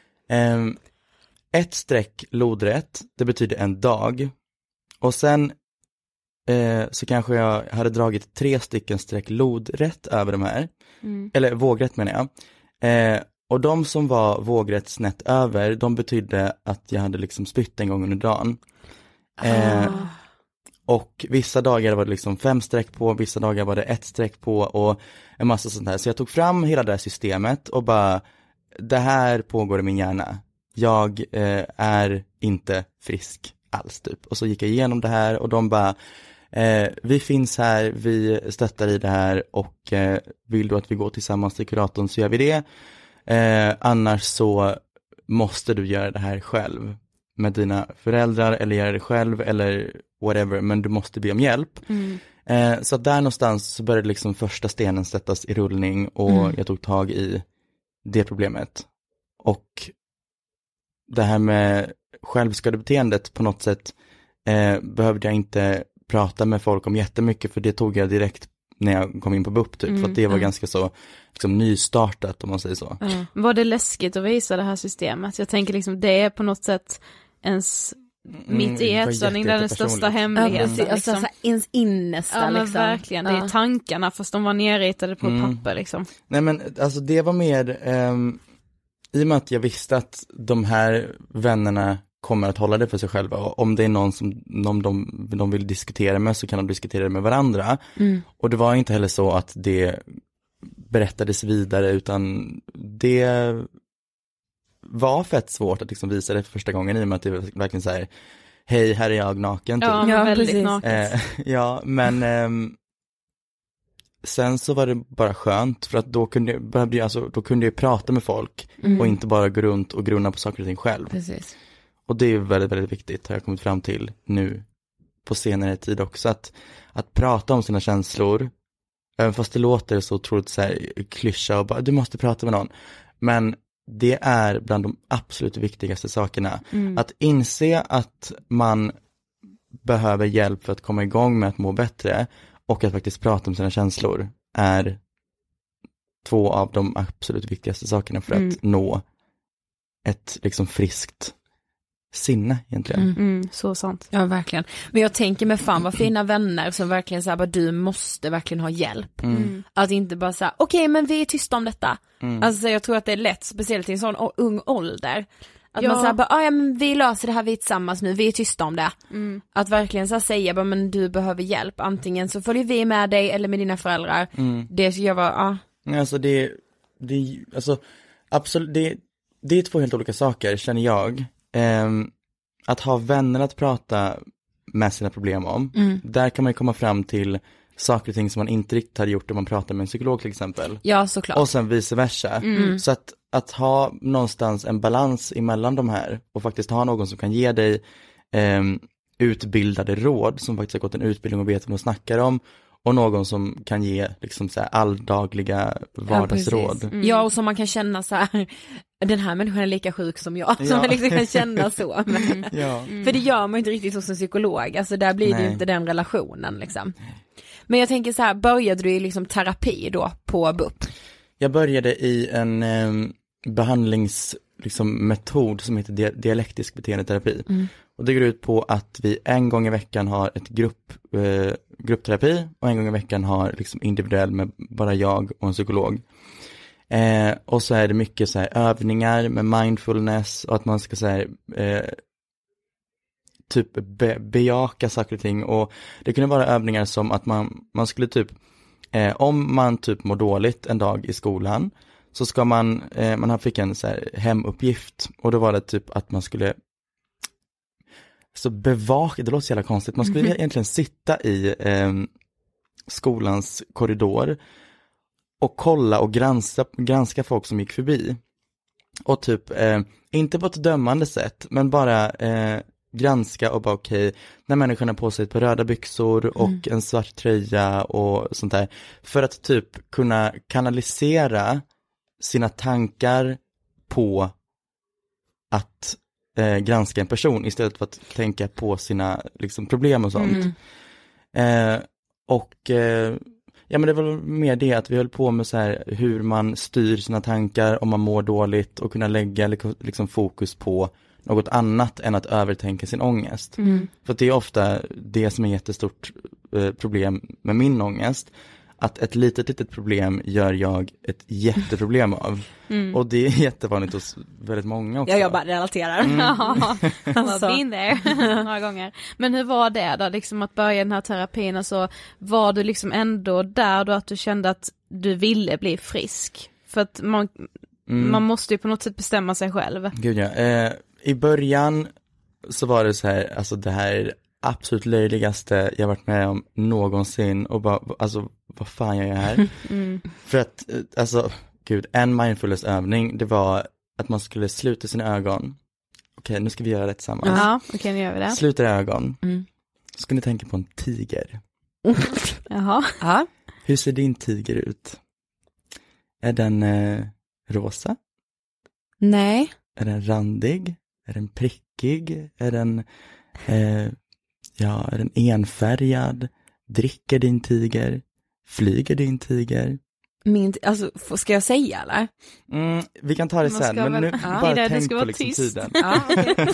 Ett streck lodrätt, det betyder en dag. Och sen så kanske jag hade dragit 3 stycken streck lodrätt över de här. Eller vågrätt menar jag. Och de som var vågrätt snett över, de betydde att jag hade liksom spytt en gång under dagen. Och vissa dagar var det liksom 5 streck på, vissa dagar var det 1 streck på och en massa sånt här. Så jag tog fram hela det här systemet och bara, det här pågår i min hjärna. Jag är inte frisk alls typ. Och så gick jag igenom det här och de bara, vi finns här, vi stöttar i det här och vill du att vi går tillsammans till kuratorn så gör vi det. Annars så måste du göra det här själv med dina föräldrar eller göra det själv eller whatever, men du måste be om hjälp. Så där någonstans så började liksom första stenen sättas i rullning och jag tog tag i det problemet. Och det här med självskadebeteendet på något sätt behövde jag inte prata med folk om jättemycket, för det tog jag direkt när jag kom in på BUP typ, för att det var ganska så liksom nystartat om man säger så. Var det läskigt att visa det här systemet? Jag tänker liksom det är på något sätt ens mitt i ätstörning, den största hemligheten. Ja, alltså, liksom. Ens innesta. Ja, men liksom. verkligen. Det är tankarna fast de var nerritade på papper liksom. Nej men alltså det var mer i och med att jag visste att de här vännerna kommer att hålla det för sig själva. Och om det är någon som de vill diskutera med så kan de diskutera det med varandra. Och det var inte heller så att det berättades vidare, utan det var fett svårt att liksom visa det för första gången i och med att det var verkligen så här, hej, här är jag naken. Typ. Ja, väldigt naken. Ja, men sen så var det bara skönt för att då kunde jag prata med folk och inte bara gå runt och grunna på saker och ting själv. Precis. Och det är väldigt, väldigt viktigt, har jag kommit fram till nu på senare tid också, att prata om sina känslor, även fast det låter så otroligt så här klyscha och bara, du måste prata med någon, men det är bland de absolut viktigaste sakerna. Att inse att man behöver hjälp för att komma igång med att må bättre och att faktiskt prata om sina känslor är 2 av de absolut viktigaste sakerna för att nå ett liksom friskt sinne egentligen. Så sant. Ja, verkligen. Men jag tänker med fan vad fina vänner som verkligen säger du måste verkligen ha hjälp. Att inte bara säga okej, men vi är tysta om detta. Alltså jag tror att det är lätt, speciellt i en sån ung ålder. Att man säger bara, men vi löser det här, vi är tillsammans nu, vi är tysta om det. Att verkligen så säga bara, men du behöver hjälp. Antingen så följer vi med dig eller med dina föräldrar. Det ska jag vara, Alltså alltså absolut, det är 2 helt olika saker, känner jag. Att ha vänner att prata med sina problem om. Där kan man ju komma fram till saker och ting som man inte riktigt hade gjort om man pratar med en psykolog till exempel. Ja, såklart. Och sen vice versa. Så att ha någonstans en balans emellan de här och faktiskt ha någon som kan ge dig utbildade råd, som faktiskt har gått en utbildning och vet vad de snackar om, och någon som kan ge liksom så här alldagliga vardagsråd. Ja, och som man kan känna så här, den här människan är lika sjuk som jag. Som man liksom kan känna så. För det gör man inte riktigt hos en psykolog. Alltså där blir det ju inte den relationen liksom. Men jag tänker så här, började du i liksom terapi då på BUP? Jag började i en behandlingsmetod som heter dialektisk beteendeterapi. Och det går ut på att vi en gång i veckan har ett gruppterapi och en gång i veckan har liksom individuell med bara jag och en psykolog. Och så är det mycket så här övningar med mindfulness och att man ska så här, typ bejaka saker och ting. Och det kunde vara övningar som att man skulle typ, om man typ mår dåligt en dag i skolan, så ska man fick en så här hemuppgift, och då var det typ att man skulle så bevaka, det låter så jävla konstigt, man skulle egentligen sitta i skolans korridor och kolla och granska folk som gick förbi. Och typ, inte på ett dömande sätt, men bara granska och bara okej, när människan har på sig ett par röda byxor och en svart tröja och sånt där. För att typ kunna kanalisera sina tankar på att granska en person istället för att tänka på sina liksom, problem och sånt. Ja, men det var mer det att vi höll på med så här hur man styr sina tankar om man mår dåligt och kunna lägga liksom fokus på något annat än att övertänka sin ångest. För det är ofta det som är ett jättestort problem med min ångest. Att ett litet problem gör jag ett jätteproblem av. Och det är jättevanligt hos väldigt många också. Jag bara relaterar. Alltså. Been there några gånger. Men hur var det då, liksom att börja den här terapin? Alltså, var du liksom ändå där då att du kände att du ville bli frisk? För att man måste ju på något sätt bestämma sig själv. Gud ja. I början så var det så här, alltså det här absolut löjligaste jag varit med om någonsin och bara, alltså vad fan jag är här? För att, alltså, gud, en mindfulness-övning, det var att man skulle sluta sina ögon. Okej, nu ska vi göra det tillsammans. Ja, okej, nu gör vi det. Sluta ögon. Så ska ni tänka på en tiger. Jaha. Ja. Hur ser din tiger ut? Är den rosa? Nej. Är den randig? Är den prickig? Är den är den enfärgad? Dricker din tiger? Flyger din tiger? Alltså, ska jag säga eller? Vi kan ta det sen, men nu bara tänk på liksom tiden. Ja, okay.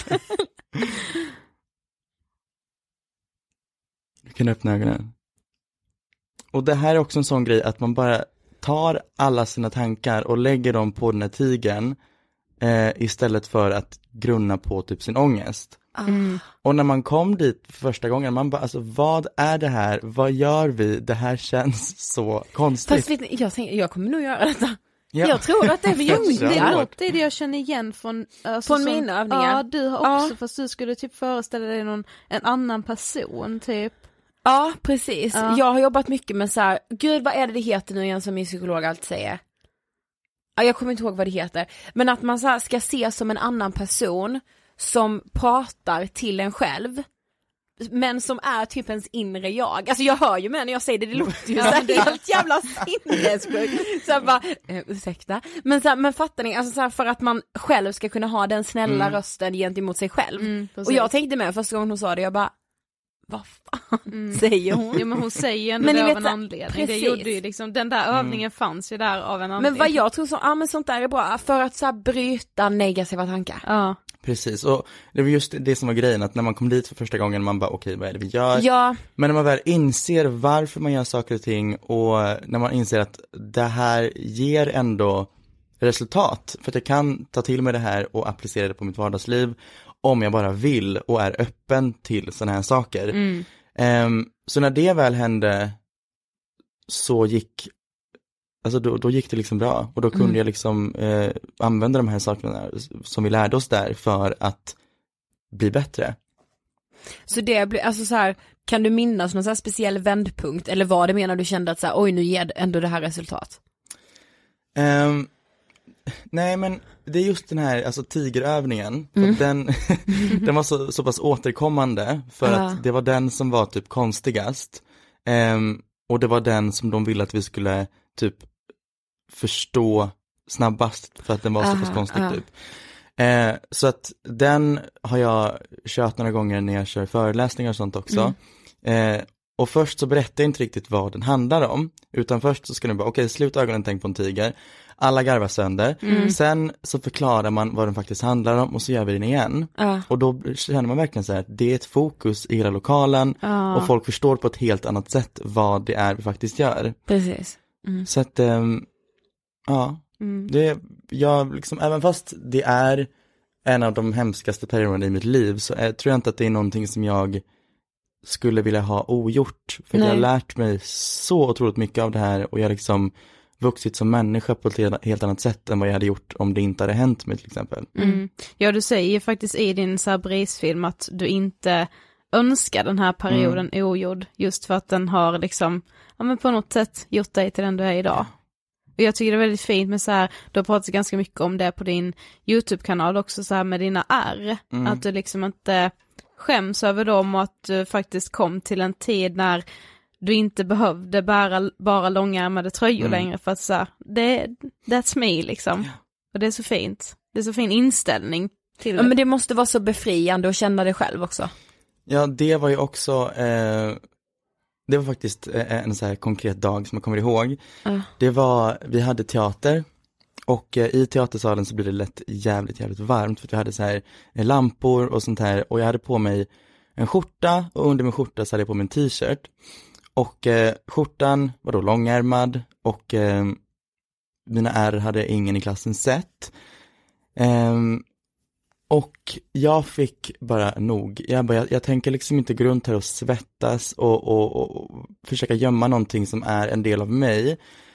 Du kan öppna ögonen. Och det här är också en sån grej att man bara tar alla sina tankar och lägger dem på den här tigern istället för att grunna på typ sin ångest. Och när man kom dit för första gången, man bara, alltså vad är det här? Vad gör vi? Det här känns så konstigt. Fast vet ni, jag tänker, jag kommer nog göra detta. Ja. Jag tror att det är det är det jag känner igen från mina övningar. Ja, du har också, fast du skulle typ föreställa dig en annan person typ. Ja, precis. Ja. Jag har jobbat mycket med så här, gud vad är det heter nu igen som min psykolog alltid säger? Ja, jag kommer inte ihåg vad det heter. Men att man så här ska se som en annan person som pratar till en själv, men som är typ ens inre jag. Alltså jag hör ju med när jag säger det låter ju så helt jävla sinnessjukt. Så bara, ursäkta. Men fattar ni, alltså så här, för att man själv ska kunna ha den snälla rösten gentemot sig själv. Och jag tänkte med första gången hon sa det, jag bara, vad fan säger hon? Jo, men hon säger ändå det av en anledning. Precis. Det gjorde ju liksom, den där övningen fanns ju där av en anledning. Men vad jag tror men sånt där är bra för att så här, bryta negativa tankar. Ja. Precis, och det var just det som var grejen, att när man kom dit för första gången man bara okej, vad är det vi gör? Ja. Men när man väl inser varför man gör saker och ting och när man inser att det här ger ändå resultat, för att jag kan ta till mig det här och applicera det på mitt vardagsliv om jag bara vill och är öppen till sådana här saker. Så när det väl hände så gick, alltså då gick det liksom bra och då kunde jag liksom använda de här sakerna som vi lärde oss där för att bli bättre. Så det blir, alltså så här, kan du minnas någon så här speciell vändpunkt eller vad det menar du kände att så här, oj nu ger ändå det här resultat? Nej, men det är just den här alltså tigerövningen, den var så pass återkommande för att det var den som var typ konstigast och det var den som de ville att vi skulle typ förstå snabbast för att den var så pass konstig typ. Så att den har jag kört några gånger när jag kör föreläsningar och sånt också. Och först så berättar jag inte riktigt vad den handlar om, utan först så ska ni bara, okej, sluta ögonen, tänk på en tiger. Alla garvar sönder. Sen så förklarar man vad den faktiskt handlar om och så gör vi den igen. Och då känner man verkligen så här att det är ett fokus i hela lokalen och folk förstår på ett helt annat sätt vad det är vi faktiskt gör. Precis. Så att, jag liksom, även fast det är en av de hemskaste perioderna i mitt liv så tror jag inte att det är någonting som jag skulle vilja ha ogjort. För jag har lärt mig så otroligt mycket av det här och jag har liksom vuxit som människa på ett helt annat sätt än vad jag hade gjort om det inte hade hänt mig till exempel. Ja, du säger faktiskt i din Sabris-film att du inte önskar den här perioden ogjord just för att den har liksom, ja men på något sätt gjort dig till den du är idag. Och jag tycker det är väldigt fint med så här, du har pratat ganska mycket om det på din YouTube-kanal också så här med dina R. Att du liksom inte skäms över dem och att du faktiskt kom till en tid när du inte behövde bära bara långärmade tröjor längre för att så här, that's me liksom. Och det är så fint. Det är så fin inställning till det. Men det måste vara så befriande att känna det själv också. Ja, det var ju också, det var faktiskt en så här konkret dag som jag kommer ihåg. Det var, vi hade teater och i teatersalen så blev det lätt jävligt varmt för att vi hade så här lampor och sånt här och jag hade på mig en skjorta och under min skjorta så hade jag på mig en t-shirt och skjortan var då långärmad och mina R hade ingen i klassen sett. Och jag fick bara nog. Jag tänker liksom inte gå runt här och svettas och försöka gömma någonting som är en del av mig.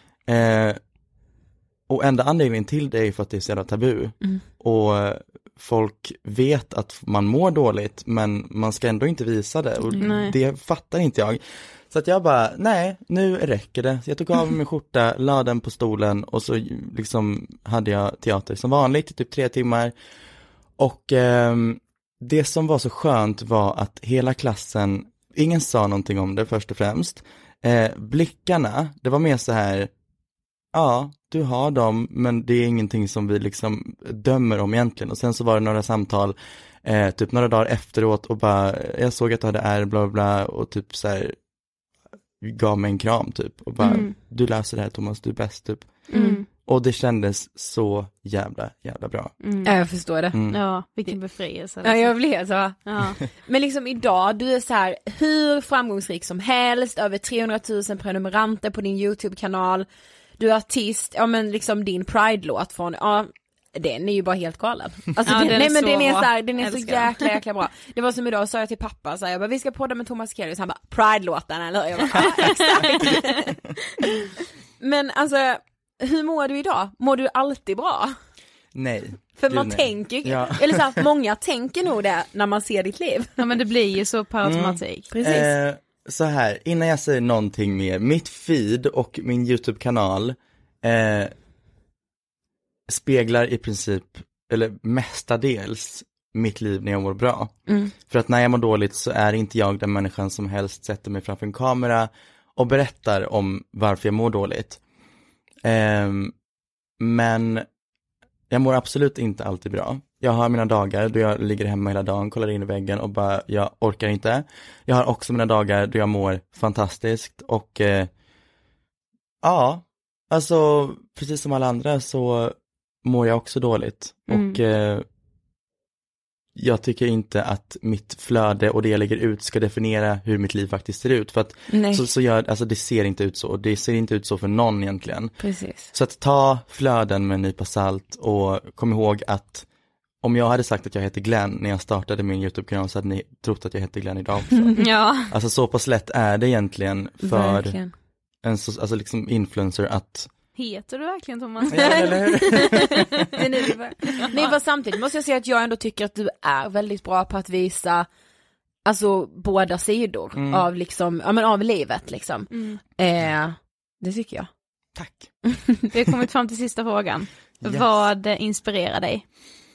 Och enda anledningen till det är för att det är så jävla tabu. Och folk vet att man mår dåligt men man ska ändå inte visa det. Och det fattar inte jag. Så att jag bara, nej, nu räcker det. Så jag tog av min skjorta, la den på stolen och så liksom hade jag teater som vanligt i typ 3 timmar. Och det som var så skönt var att hela klassen, ingen sa någonting om det först och främst. Blickarna, det var mer så här, ja, du har dem men det är ingenting som vi liksom dömer om egentligen. Och sen så var det några samtal, typ några dagar efteråt och bara, jag såg att du hade R bla bla och typ så här gav mig en kram typ. Och bara, du läser det här Thomas, du är bäst typ. Och det kändes så jävla bra. Ja, jag förstår det. Ja, vilken befrielse. Ja, jag blev så. Ja. Men liksom idag, du är så här hur framgångsrik som helst, över 300 000 prenumeranter på din YouTube-kanal. Du är artist, ja men liksom din Pride-låt från, ja, den är ju bara helt galen. Alltså den är så jäkla bra. Det var som idag, sa jag till pappa så här, jag bara, vi ska podda med Thomas Kelius, han bara, Pride-låten eller? Jag bara, exakt. Men alltså, hur mår du idag? Mår du alltid bra? Nej. För man tänker, eller så här, många tänker nog det när man ser ditt liv. Ja men det blir ju så per automatik. Precis. Så här, innan jag säger någonting mer, mitt feed och min YouTube-kanal speglar i princip, eller mestadels, mitt liv när jag mår bra. För att när jag mår dåligt så är inte jag den människan som helst sätter mig framför en kamera och berättar om varför jag mår dåligt. Men jag mår absolut inte alltid bra. Jag har mina dagar då jag ligger hemma hela dagen, kollar in i väggen och bara, jag orkar inte. Jag har också mina dagar då jag mår fantastiskt och ja, alltså precis som alla andra så mår jag också dåligt. Och jag tycker inte att mitt flöde och det jag lägger ut ska definiera hur mitt liv faktiskt ser ut. För att så gör, alltså det ser inte ut så. Det ser inte ut så för någon egentligen. Precis. Så att ta flöden med en nypa salt och kom ihåg att om jag hade sagt att jag heter Glenn när jag startade min YouTube-kanal så hade ni trott att jag heter Glenn idag också. Ja. Alltså så pass lätt är det egentligen för en alltså liksom influencer att... Heter du verkligen Thomas? Ja, eller hur? Nej, vad samtidigt måste jag säga att jag ändå tycker att du är väldigt bra på att visa alltså båda sidor av liksom, ja men av livet liksom. Det tycker jag. Tack. Vi har kommit fram till sista frågan. Yes. Vad inspirerar dig?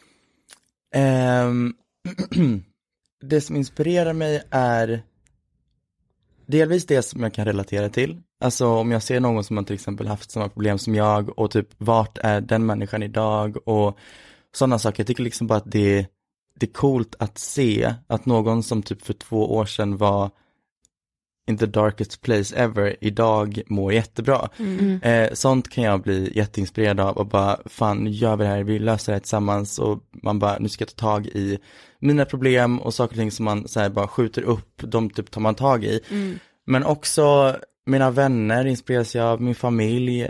Det som inspirerar mig är delvis det som jag kan relatera till. Alltså om jag ser någon som har till exempel haft samma problem som jag och typ vart är den människan idag och sådana saker. Jag tycker liksom bara att det är coolt att se att någon som typ för 2 år sedan var in the darkest place ever idag mår jättebra. Sånt kan jag bli jätteinspirerad av och bara fan nu gör vi det här, vi löser det här tillsammans och man bara nu ska jag ta tag i mina problem och saker och ting som man så här, bara skjuter upp, de typ tar man tag i. Men också mina vänner inspireras jag av, min familj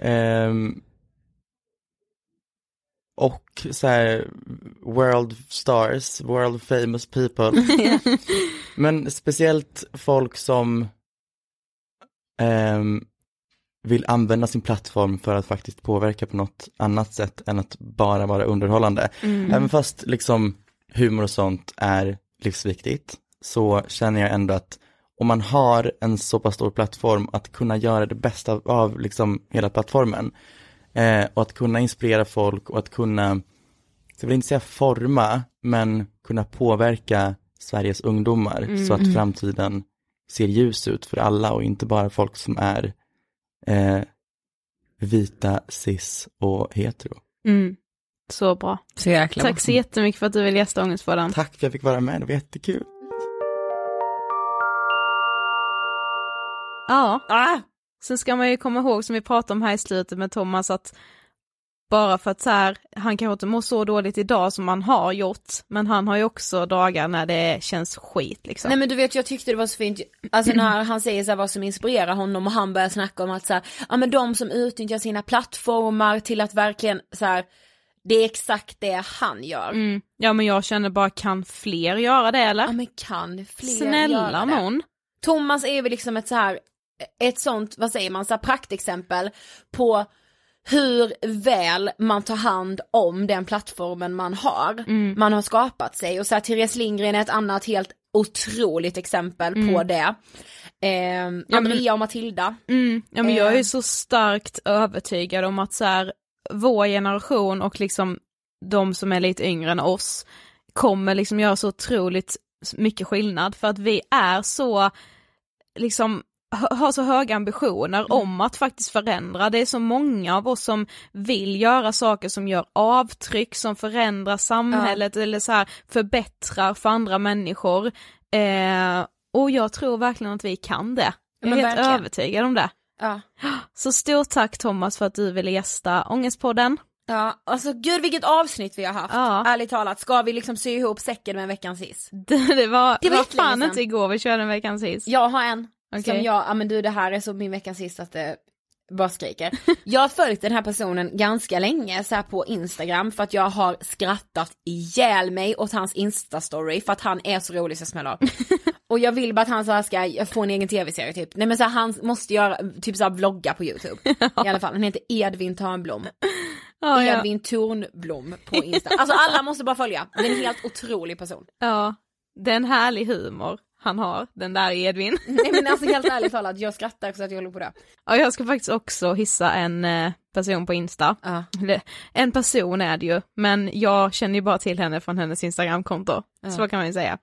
och så här world stars, world famous people. Men speciellt folk som vill använda sin plattform för att faktiskt påverka på något annat sätt än att bara vara underhållande. Även fast liksom humor och sånt är livsviktigt så känner jag ändå att om man har en så pass stor plattform att kunna göra det bästa av liksom hela plattformen Och att kunna inspirera folk och att kunna, jag vill inte säga forma, men kunna påverka Sveriges ungdomar så att framtiden ser ljus ut för alla och inte bara folk som är vita, cis och hetero. Så bra. Så jäkla Tack så jättemycket för att du vill gästa Ångestpodden. Tack för att jag fick vara med, det var jättekul. Ja. Sen ska man ju komma ihåg, som vi pratade om här i slutet med Thomas, att bara för att så här, han kanske inte mår så dåligt idag som han har gjort, men han har ju också dagar när det känns skit liksom. Nej men du vet, jag tyckte det var så fint, alltså när han säger så här, vad som inspirerar honom, och han börjar snacka om att så här, ja men de som utnyttjar sina plattformar till att verkligen så här, det är exakt det han gör. Ja men jag känner bara, kan fler göra det eller? Ja men kan fler Snälla göra det? Någon. Thomas är väl liksom ett sånt, vad säger man, så här praktexempel på hur väl man tar hand om den plattformen man har skapat sig. Och så här, Therese Lindgren är ett annat helt otroligt exempel på det. Andrea och Matilda. Ja men jag är så starkt övertygad om att så här, vår generation och liksom de som är lite yngre än oss kommer liksom göra så otroligt mycket skillnad, för att vi är så liksom har så höga ambitioner om att faktiskt förändra. Det är så många av oss som vill göra saker som gör avtryck, som förändrar samhället eller så här förbättrar för andra människor. Och jag tror verkligen att vi kan det. Jag är helt verkligen övertygad om det. Ja. Så stort tack Thomas för att du ville gästa Ångestpodden. Ja, alltså gud vilket avsnitt vi har haft. Ärligt talat, ska vi liksom sy ihop säcken med veckans hiss? Det var fan inte igår vi körde en veckans hiss. Jag har en. Okay. Som men du, det här är så min veckans hiss att det bara skriker. Jag har följt den här personen ganska länge så här på Instagram, för att jag har skrattat ihjäl mig åt hans Insta-story, för att han är så rolig så smäller. Och jag vill bara att han så här ska få en egen tv-serie typ. Nej men så här, han måste göra typ så här vlogga på YouTube. I alla fall, han heter Edvin Törnblom. Edvin Tornblom på Insta. Alltså alla måste bara följa. Det är en helt otrolig person. Ja, det är en härlig humor han har, den där Edvin. Nej men alltså helt ärligt talat, jag skrattar också att jag håller på det. Ja, jag ska faktiskt också hissa en person på Insta. En person är det ju, men jag känner ju bara till henne från hennes Instagramkonto. Så kan man ju säga.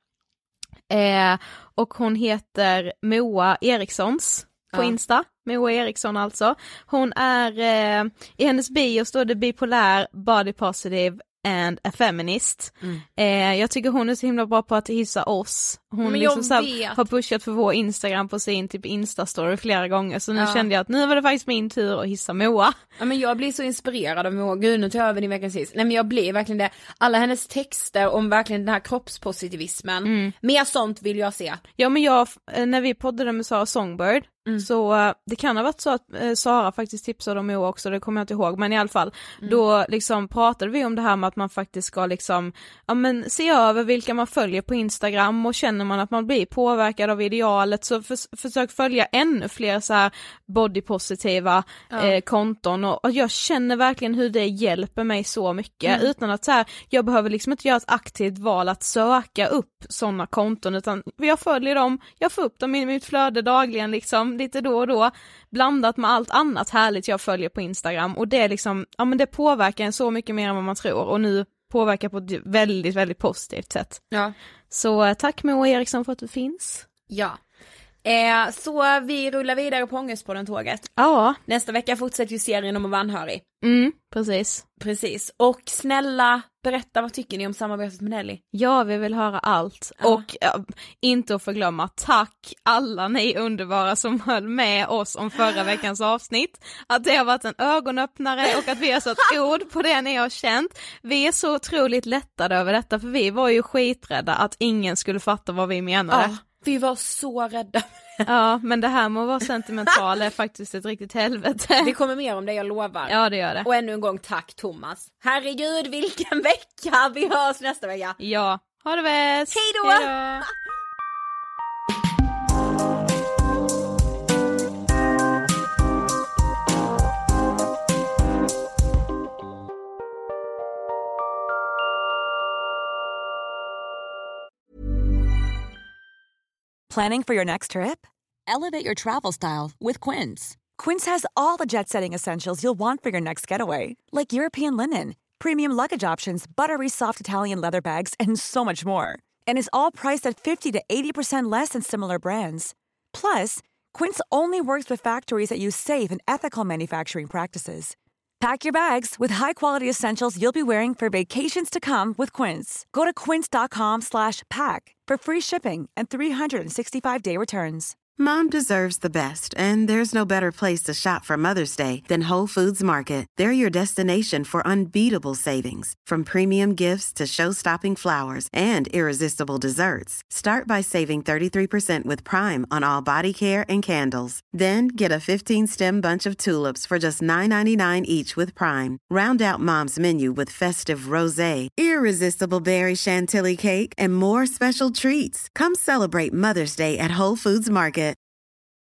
Och hon heter Moa Erikssons på Insta. Moa Eriksson alltså. Hon är, i hennes bio står det bipolär, body positive and a feminist. Jag tycker hon är så himla bra på att hissa oss. Hon liksom så här, har pushat för vår Instagram på sin typ Insta-story flera gånger. Så nu kände jag att nu var det faktiskt min tur att hissa Moa. Ja men jag blir så inspirerad av Moa. Gud, nu tar jag över din veckans hiss. Nej men jag blir verkligen det. Alla hennes texter om verkligen den här kroppspositivismen. Mer sånt vill jag se. Ja men när vi poddade med Sara Songbird, så det kan ha varit så att Sara faktiskt tipsade om Moa också, det kommer jag inte ihåg, men i alla fall då liksom pratade vi om det här med att man faktiskt ska liksom se över vilka man följer på Instagram, och känner man att man blir påverkad av idealet så försök följa ännu fler så här bodypositiva konton, och jag känner verkligen hur det hjälper mig så mycket utan att så här, jag behöver liksom inte göra ett aktivt val att söka upp sådana konton, utan jag följer dem, jag får upp dem i mitt flöde dagligen liksom, lite då och då, blandat med allt annat härligt jag följer på Instagram, och det är liksom, det påverkar en så mycket mer än vad man tror, och nu påverkar på ett väldigt, väldigt positivt sätt. Ja. Så tack Moa Eriksson för att du finns. Ja. Så vi rullar vidare på Ångestpodden-tåget. Ja. Nästa vecka fortsätter ju serien om att vara anhörig. Precis. Och snälla, berätta, vad tycker ni om samarbetet med Nelly? Ja, vi vill höra allt. Och inte att förglömma, tack alla ni underbara som höll med oss om förra veckans avsnitt. Att det har varit en ögonöppnare och att vi har satt ord på det ni har känt. Vi är så otroligt lättade över detta, för vi var ju skiträdda att ingen skulle fatta vad vi menade. Ja, vi var så rädda. Ja, men det här med att vara sentimental är faktiskt ett riktigt helvete. Det kommer mer om det, jag lovar. Ja, det gör det. Och ännu en gång tack Thomas. Herregud, vilken vecka! Vi hörs nästa vecka. Ja, ha det bäst. Hej då! Planning for your next trip? Elevate your travel style with Quince. Quince has all the jet-setting essentials you'll want for your next getaway, like European linen, premium luggage options, buttery soft Italian leather bags, and so much more. And is all priced at 50 to 80% less than similar brands. Plus, Quince only works with factories that use safe and ethical manufacturing practices. Pack your bags with high-quality essentials you'll be wearing for vacations to come with Quince. Go to quince.com/pack for free shipping and 365-day returns. Mom deserves the best, and there's no better place to shop for Mother's Day than Whole Foods Market. They're your destination for unbeatable savings, from premium gifts to show-stopping flowers and irresistible desserts. Start by saving 33% with Prime on all body care and candles. Then get a 15-stem bunch of tulips for just $9.99 each with Prime. Round out Mom's menu with festive rosé, irresistible berry chantilly cake, and more special treats. Come celebrate Mother's Day at Whole Foods Market.